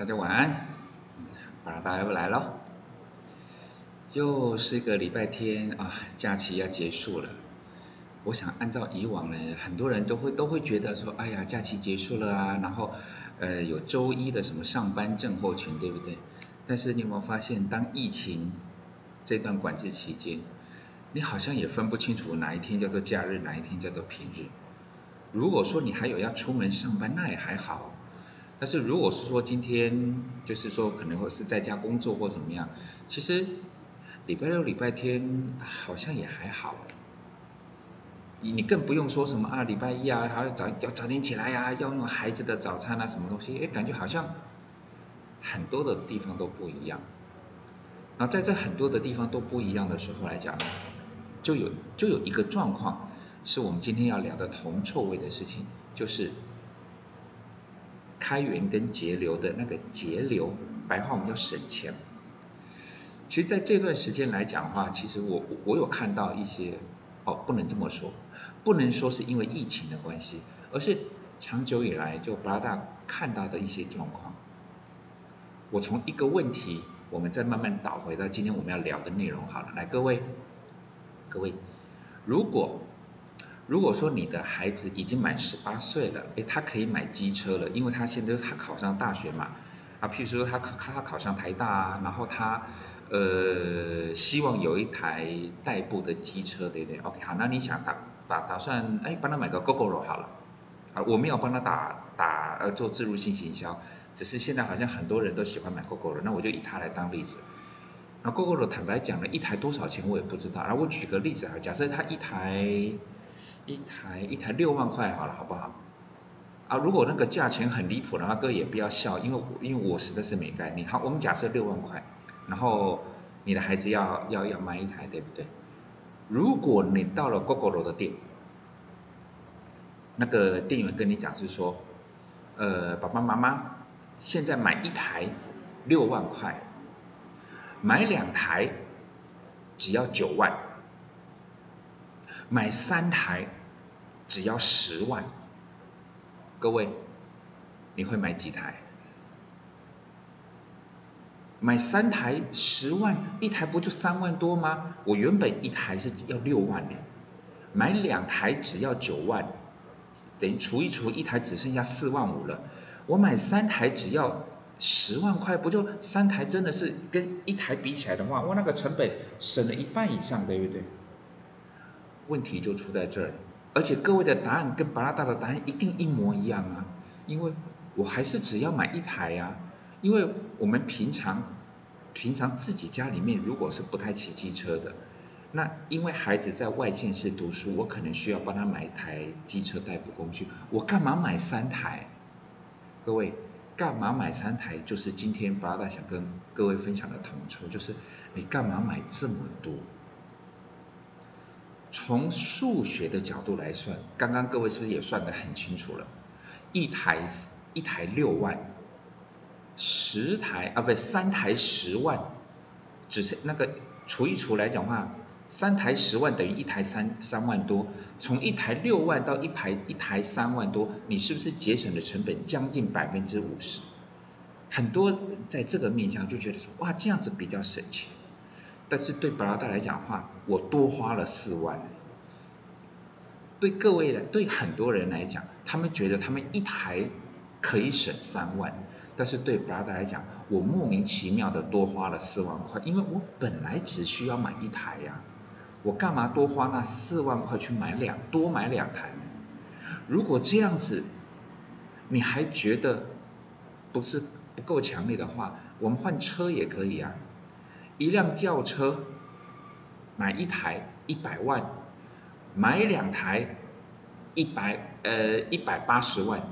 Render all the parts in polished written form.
大家晚安，巴拉达又来咯，又是个礼拜天啊，假期要结束了。我想按照以往呢，很多人都会觉得说，哎呀，假期结束了啊，然后有周一的什么上班症候群，对不对？但是你有没有发现，当疫情这段管制期间，你好像也分不清楚哪一天叫做假日，哪一天叫做平日。如果说你还有要出门上班，那也还好。但是如果是说今天就是说可能会是在家工作或怎么样，其实礼拜六、礼拜天好像也还好。你更不用说什么啊，礼拜一啊，还要早点起来呀、要用孩子的早餐啊，什么东西，哎，感觉好像很多的地方都不一样。然后在这很多的地方都不一样的时候来讲，就有一个状况，是我们今天要聊的铜臭味的事情，就是开源跟节流的那个节流，白话我们叫省钱。其实在这段时间来讲的话，其实我有看到一些，不能这么说，不能说是因为疫情的关系，而是长久以来就布拉达看到的一些状况。我从一个问题，我们再慢慢导回到今天我们要聊的内容好了。来，各位，如果说你的孩子已经满18岁了，他可以买机车了，因为他现在他考上大学嘛，譬如说他考上台大啊，然后他希望有一台代步的机车，对不对 ？OK， 好，那你想打算帮他买个 Gogoro 好了，我没有帮他做置入性行销，只是现在好像很多人都喜欢买 Gogoro， 那我就以他来当例子。那 Gogoro 坦白讲了，一台多少钱我也不知道。然后我举个例子啊，假设它一台6万块好了，好不好？如果那个价钱很离谱的话，各位也不要笑，因为我实在是没概念。好，我们假设6万块，然后你的孩子要买一台，对不对？如果你到了 Gogoro 的店，那个店员跟你讲是说，爸爸妈妈现在买一台6万块。买2台只要9万，买3台只要10万。各位，你会买几台？买3台10万，一台不就3万多吗？我原本一台是要6万的，买2台只要9万，等于除一除，一台只剩下4万5了。我买3台只要10万块，不就3台真的是跟一台比起来的话，哇，那个成本省了1半以上，对不对？问题就出在这儿，而且各位的答案跟巴拉达的答案一定一模一样啊，因为我还是只要买一台啊，因为我们平常自己家里面如果是不太骑机车的，那因为孩子在外县市读书，我可能需要帮他买一台机车代步工具，我干嘛买3台？各位，干嘛买3台？就是今天巴拉达想跟各位分享的统筹，就是你干嘛买这么多？从数学的角度来算，刚刚各位是不是也算得很清楚了？一台6万，3台10万，只是那个除一除来讲的话，3台10万等于一台3万多，从一台6万到一台3万多，你是不是节省的成本将近50%？很多在这个面向就觉得说，哇，这样子比较省钱。但是对巴拉达来讲的话，我多花了4万。对很多人来讲，他们觉得他们一台可以省3万，但是对巴拉达来讲，我莫名其妙的多花了4万块，因为我本来只需要买一台呀，我干嘛多花那4万块去多买2台呢？如果这样子，你还觉得不够强烈的话，我们换车也可以啊。一辆轿车买一台100万，买2台180万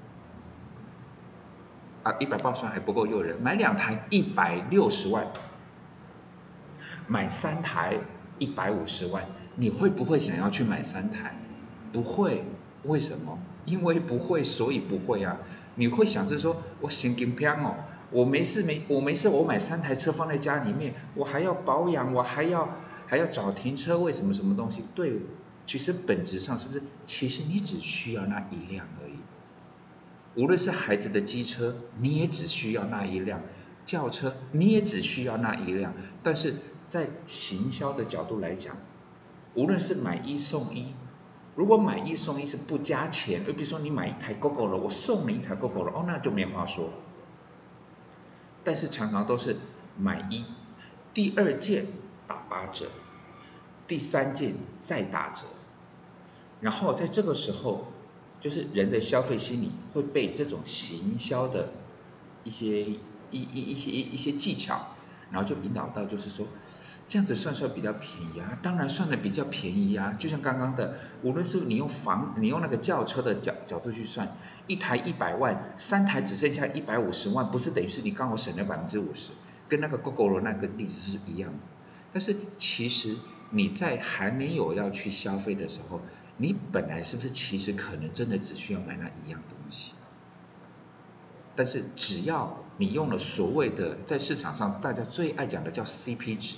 180万还不够诱人，买2台160万，买3台150万，你会不会想要去买3台？不会，为什么？因为不会，所以不会啊。你会想着说，我神经病哦，我没事，我买3台车放在家里面，我还要保养，我还要找停车位，什么东西？对，其实本质上是不是？其实你只需要那一辆而已。 无论是孩子的机车，你也只需要那一辆；轿车，你也只需要那一辆。但是在行销的角度来讲，无论是买一送一，如果买一送一是不加钱，比如说你买一台 Gogoro， 我送你一台 Gogoro， 哦，那就没话说。但是常常都是买一，第二件打8折，第3件再打折，然后在这个时候，就是人的消费心理会被这种行销的一些技巧，然后就引导到就是说，这样子算比较便宜啊，当然算的比较便宜啊，就像刚刚的，无论是你用那个轿车的角度去算，一台100万，3台只剩下150万，不是等于是你刚好省了50%，跟那个 Gogoro 那个例子是一样的。但是其实你在还没有要去消费的时候，你本来是不是其实可能真的只需要买那一样东西？但是只要你用了所谓的在市场上大家最爱讲的叫 CP 值，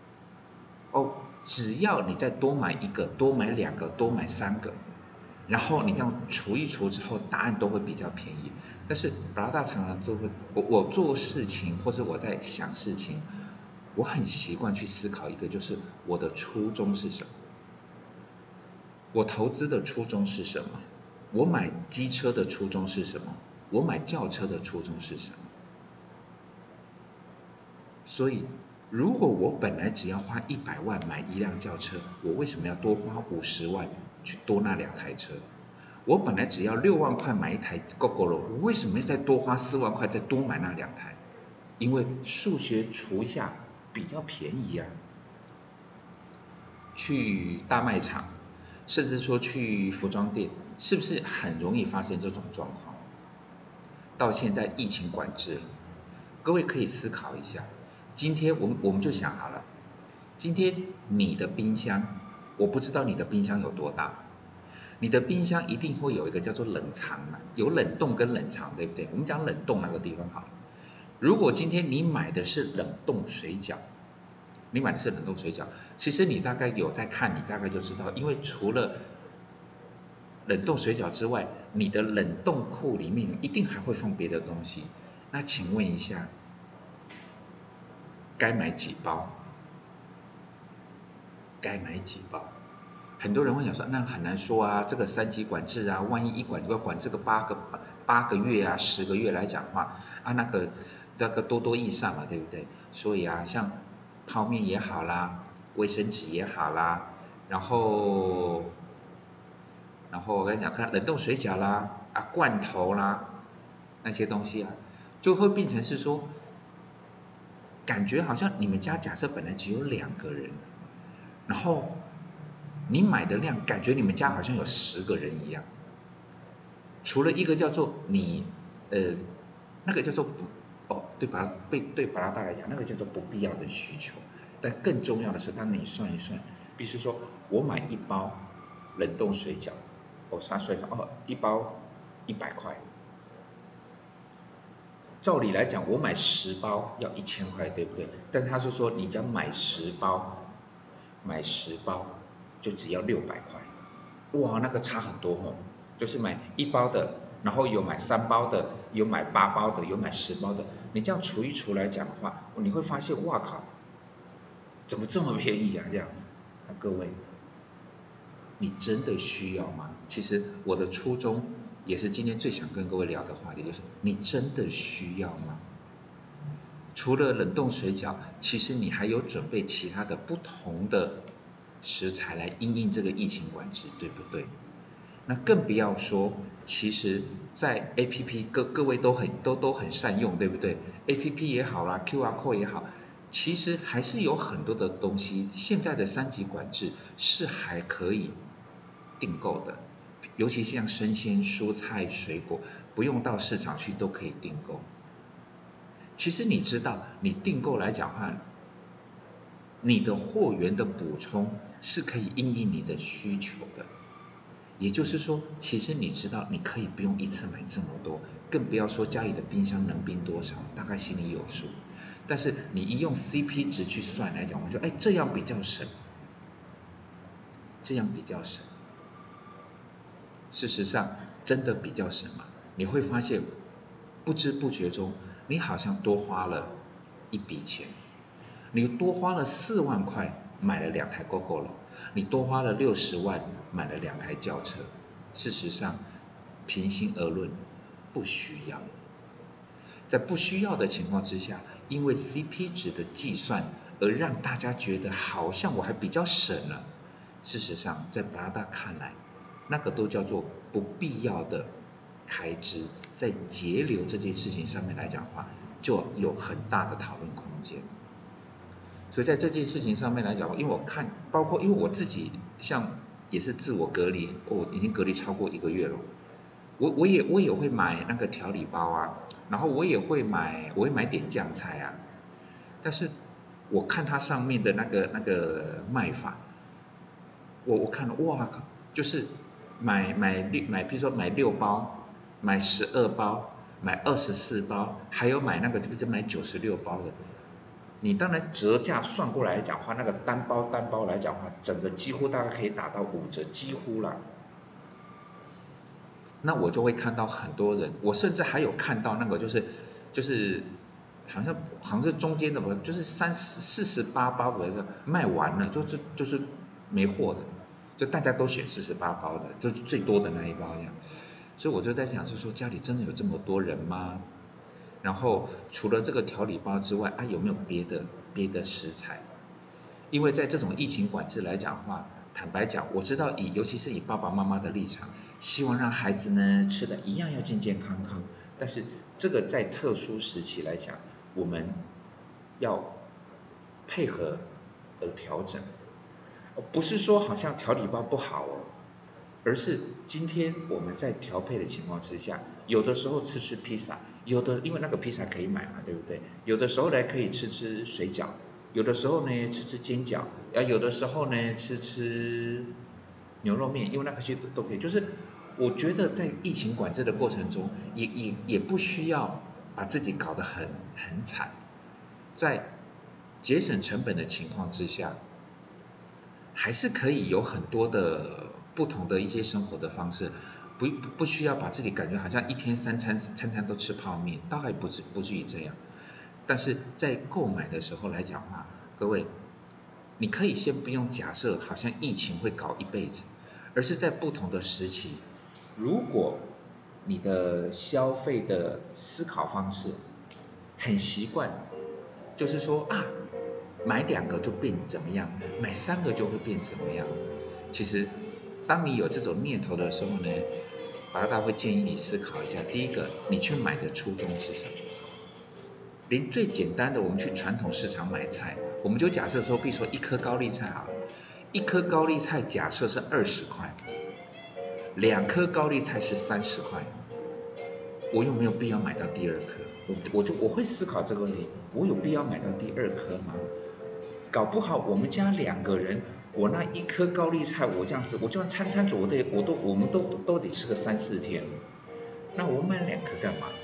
只要你再多买1个、多买2个、多买3个，然后你这样除一除之后，答案都会比较便宜。但是巴拉大常常都会，我做事情或者我在想事情，我很习惯去思考一个，就是我的初衷是什么？我投资的初衷是什么？我买机车的初衷是什么？我买轿车的初衷是什么？所以，如果我本来只要花100万买一辆轿车，我为什么要多花50万去多那2台车？我本来只要6万块买一台 Gogoro， 我为什么要再多花4万块再多买那2台？因为数学除下比较便宜啊。去大卖场，甚至说去服装店，是不是很容易发生这种状况？到现在疫情管制了，各位可以思考一下。今天我们就想好了，今天你的冰箱，我不知道你的冰箱有多大，你的冰箱一定会有一个叫做冷藏嘛，有冷冻跟冷藏，对不对？我们讲冷冻那个地方好了。如果今天你买的是冷冻水饺，其实你大概有在看，你大概就知道，因为除了冷冻水饺之外，你的冷冻库里面一定还会放别的东西。那请问一下，该买几包？很多人会想说，那很难说啊，这个3级管制啊，万一一管就要管这个8个月啊，10个月来讲话啊，那个多益善嘛，对不对？所以啊，像泡面也好啦，卫生纸也好啦，然后我跟你讲，看冷冻水饺啦，罐头啦，那些东西啊，就会变成是说，感觉好像你们家假设本来只有2个人，然后你买的量，感觉你们家好像有10个人一样。除了一个叫做那个叫做对巴拉达来讲，那个叫做不必要的需求。但更重要的是，当你算一算，比如说我买1包冷冻水饺，算1包100块。照理来讲，我买10包要1000块，对不对？但是他是说，你只要买10包就只要600块。哇，那个差很多哦。就是买1包的，然后有买3包的，有买8包的，有买10包的。你这样除一除来讲的话，你会发现，哇靠，怎么这么便宜啊？这样子，那各位，你真的需要吗？其实我的初衷也是今天最想跟各位聊的话题，就是你真的需要吗？除了冷冻水饺，其实你还有准备其他的不同的食材来因应这个疫情管制，对不对？那更不要说，其实在 APP 各位都很善用，对不对？ APP 也好啦 QR Code 也好，其实还是有很多的东西，现在的3级管制是还可以订购的，尤其像生鲜蔬菜水果，不用到市场去都可以订购。其实你知道，你订购来讲的话，你的货源的补充是可以因应你的需求的。也就是说，其实你知道，你可以不用一次买这么多，更不要说家里的冰箱能冰多少，大概心里有数。但是你一用 CP 值去算来讲，我觉得这样比较省，事实上真的比较省吗？ 你会发现不知不觉中你好像多花了一笔钱，你多花了4万块买了2台 Gogoro， 你多花了60万买了2台轿车。事实上，平心而论，不需要。在不需要的情况之下，因为 CP 值的计算而让大家觉得好像我还比较省了。事实上，在巴拉达看来，那个都叫做不必要的开支，在节流这件事情上面来讲的话，就有很大的讨论空间。所以在这件事情上面来讲，因为我看，包括因为我自己像也是自我隔离，我已经隔离超过1个月了。我也会买那个调理包啊，然后我也会买点酱菜啊。但是我看它上面的那个卖法，我看了哇，就是比如说买6包，买12包，买24包，还有买那个就是买96包的。你当然折价算过来讲话，那个单包来讲话，整个几乎大概可以打到5折，几乎啦。那我就会看到很多人，我甚至还有看到那个就是好像是中间的吧，就是48包的卖完了，就是没货的，就大家都选48包的，就是最多的那一包一样。所以我就在想，是说家里真的有这么多人吗？然后除了这个调理包之外，有没有别的食材？因为在这种疫情管制来讲的话，坦白讲，我知道尤其是以爸爸妈妈的立场，希望让孩子呢吃的一样要健健康康。但是这个在特殊时期来讲，我们要配合而调整，不是说好像调理包不好哦，而是今天我们在调配的情况之下，有的时候吃披萨，有的因为那个披萨可以买嘛，对不对？有的时候呢可以吃水饺，有的时候呢吃煎饺，有的时候呢吃牛肉面，因为那些都可以。就是我觉得在疫情管制的过程中，也不需要把自己搞得很惨，在节省成本的情况之下，还是可以有很多的不同的一些生活的方式，不需要把自己感觉好像一天餐餐都吃泡面，倒还不至于这样。但是在购买的时候来讲话，各位，你可以先不用假设好像疫情会搞一辈子，而是在不同的时期，如果你的消费的思考方式很习惯，就是说买2个就变怎么样，买3个就会变怎么样。其实当你有这种念头的时候呢，巴拉达会建议你思考一下，第一个，你去买的初衷是什么？连最简单的，我们去传统市场买菜，我们就假设说，比如说1颗高丽菜好了，1颗高丽菜假设是20块，2颗高丽菜是30块，我有没有必要买到第2颗？我会思考这个问题，我有必要买到第2颗吗？搞不好我们家2个人，我那1颗高丽菜，我这样子，我就算餐煮，我们都得吃个3、4天，那我买2颗干嘛？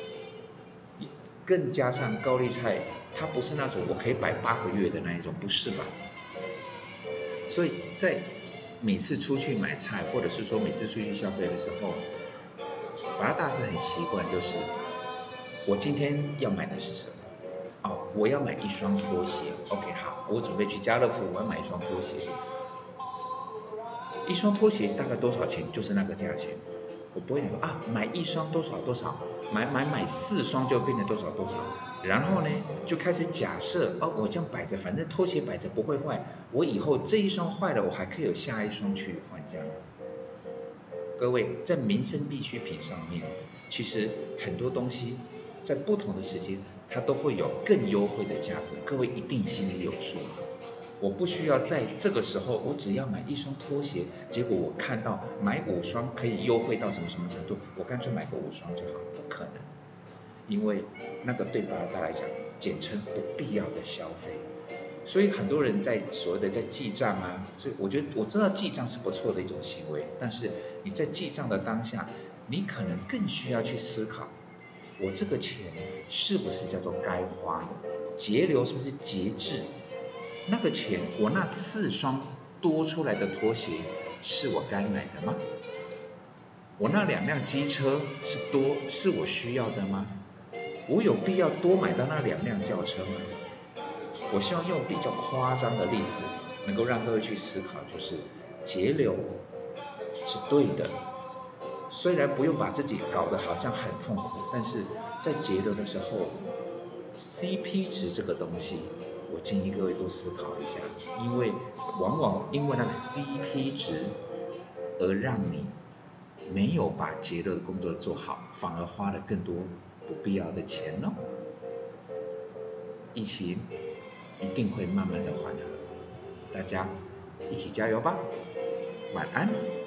更加上高丽菜，它不是那种我可以摆8个月的那一种，不是吧？所以在每次出去买菜，或者是说每次出去消费的时候，巴拉达是很习惯，就是我今天要买的是什么？我要买1双拖鞋。OK， 好，我准备去家乐福，我要买1双拖鞋。1双拖鞋大概多少钱？就是那个价钱。我不会想说买1双多少，买4双就变成多少，然后呢就开始假设我这样摆着，反正拖鞋摆着不会坏，我以后这1双坏了，我还可以有下1双去换这样子。各位，在民生必需品上面，其实很多东西在不同的时间，它都会有更优惠的价格，各位一定心里有数。我不需要在这个时候，我只要买1双拖鞋，结果我看到买5双可以优惠到什么程度，我干脆买个5双就好，不可能，因为那个对巴拉达来讲，简称不必要的消费。所以很多人在所谓的在记账所以我知道记账是不错的一种行为，但是你在记账的当下，你可能更需要去思考，我这个钱是不是叫做该花的，节流是不是节制？那个钱，我那4双多出来的拖鞋是我该买的吗？ 我那2辆机车是我需要的吗？我有必要多买到那2辆轿车吗？我希望用比较夸张的例子，能够让各位去思考，就是节流是对的。虽然不用把自己搞得好像很痛苦，但是在节流的时候 ，CP 值这个东西，我建议各位多思考一下，因为往往因为那个 CP 值而让你没有把节流的工作做好，反而花了更多不必要的钱哦。疫情一定会慢慢的缓和，大家一起加油吧，晚安。